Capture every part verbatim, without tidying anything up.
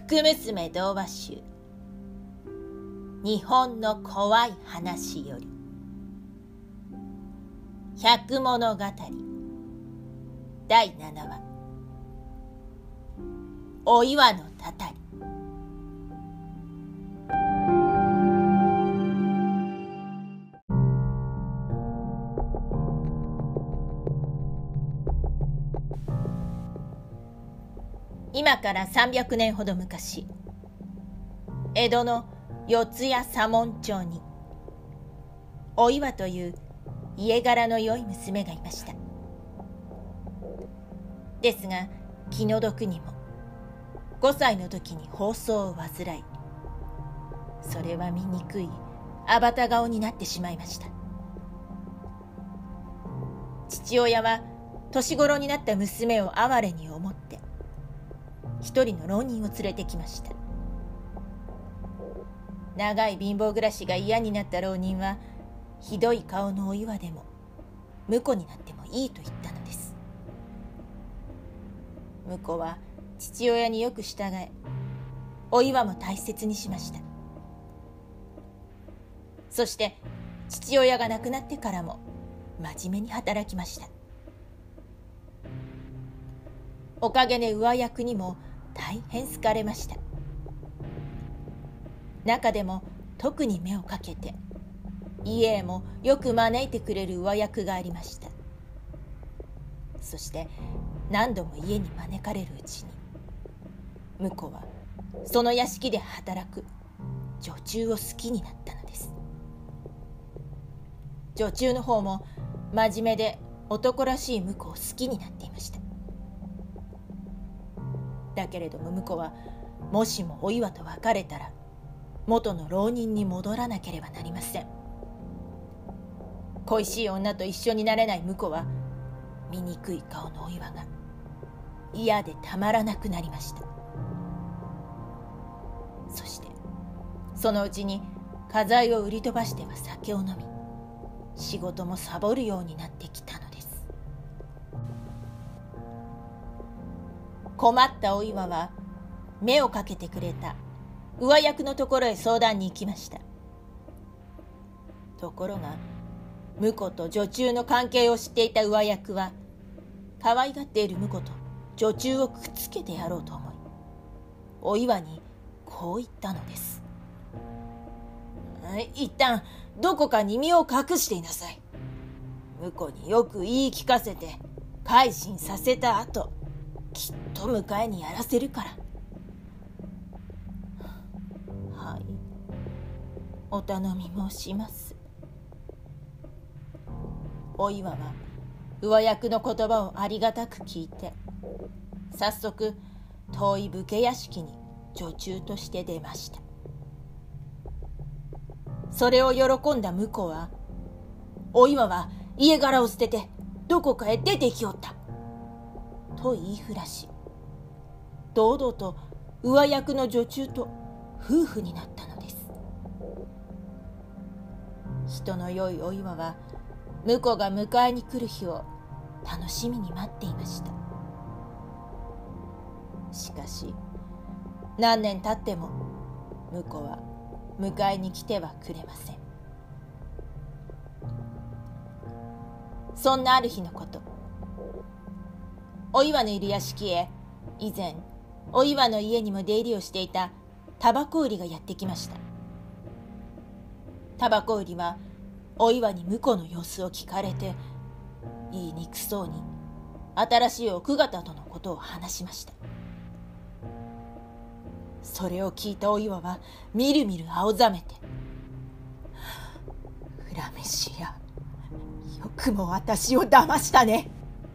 福娘童話集日本の怖い話より百物語だいななわお岩のたたり。今からさんびゃくねんほど昔、江戸の四谷左門町にお岩という家柄の良い娘がいました。ですが気の毒にもごさいの時に疱瘡を患い、それは醜いあばた顔になってしまいました。父親は年頃になった娘を哀れに思って一人の浪人を連れてきました。長い貧乏暮らしが嫌になった浪人は、ひどい顔のお岩でも婿になってもいいと言ったのです。婿は父親によく従え、お岩も大切にしました。そして父親が亡くなってからも真面目に働きました。おかげで上役にも大変好かれました。中でも特に目をかけて家へもよく招いてくれる上役がありました。そして何度も家に招かれるうちに、婿はその屋敷で働く女中を好きになったのです。女中の方も真面目で男らしい婿を好きになっていました。だけれども婿はもしもお岩と別れたら元の浪人に戻らなければなりません。恋しい女と一緒になれない婿は醜い顔のお岩が嫌でたまらなくなりました。そしてそのうちに家財を売り飛ばしては酒を飲み、仕事もサボるようになってきたのです。困ったお岩は目をかけてくれた上役のところへ相談に行きました。ところが婿と女中の関係を知っていた上役は、可愛がっている婿と女中をくっつけてやろうと思い、お岩にこう言ったのです。一旦どこかに身を隠していなさい。婿によく言い聞かせて改心させた後、きっと迎えにやらせるから。はい、お頼み申します。お岩は上役の言葉をありがたく聞いて、早速遠い武家屋敷に女中として出ました。それを喜んだ婿は、お岩は家柄を捨ててどこかへ出て行きおったと言いふらし、堂々と上役の女中と夫婦になったのです。人の良いお岩は婿が迎えに来る日を楽しみに待っていました。しかし何年経っても婿は迎えに来てはくれません。そんなある日のこと、お岩のいる屋敷へ以前お岩の家にも出入りをしていたタバコ売りがやってきました。タバコ売りはお岩に婿の様子を聞かれて、言いにくそうに新しい奥方とのことを話しました。それを聞いたお岩はみるみる青ざめて、恨めしや、よくも私を騙したね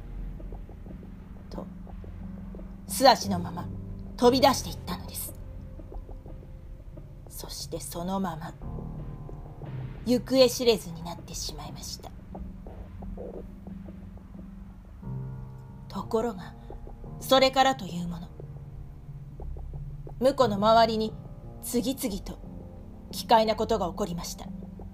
と素足のまま飛び出していったのです。そしてそのまま行方知れずになってしまいました。ところがそれからというもの、婿の周りに次々と奇怪なことが起こりました。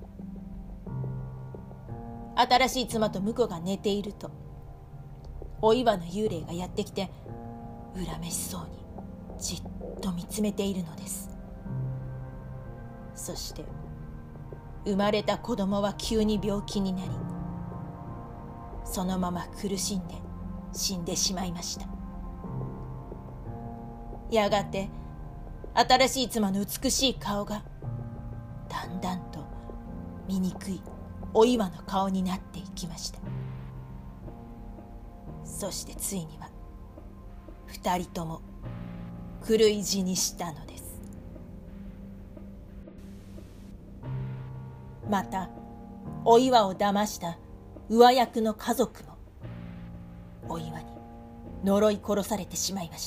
新しい妻と婿が寝ていると、お岩の幽霊がやってきて恨めしそうにじっと見つめているのです。そして生まれた子供は急に病気になり、そのまま苦しんで死んでしまいました。やがて新しい妻の美しい顔がだんだんと醜いお岩の顔になっていきました。そしてついには二人とも狂い死にしたのです。またお岩を騙した上役の家族もお岩に呪い殺されてしまいました。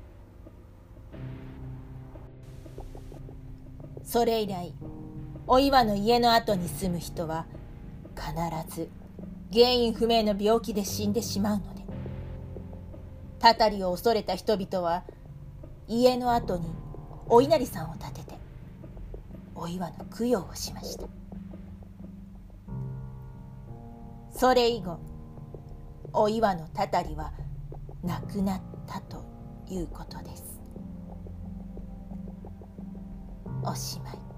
それ以来お岩の家の後に住む人は必ず原因不明の病気で死んでしまうので、たたりを恐れた人々は家の後にお稲荷さんを建ててお岩の供養をしました。それ以後お岩のたたりはなくなったということです。おしまい。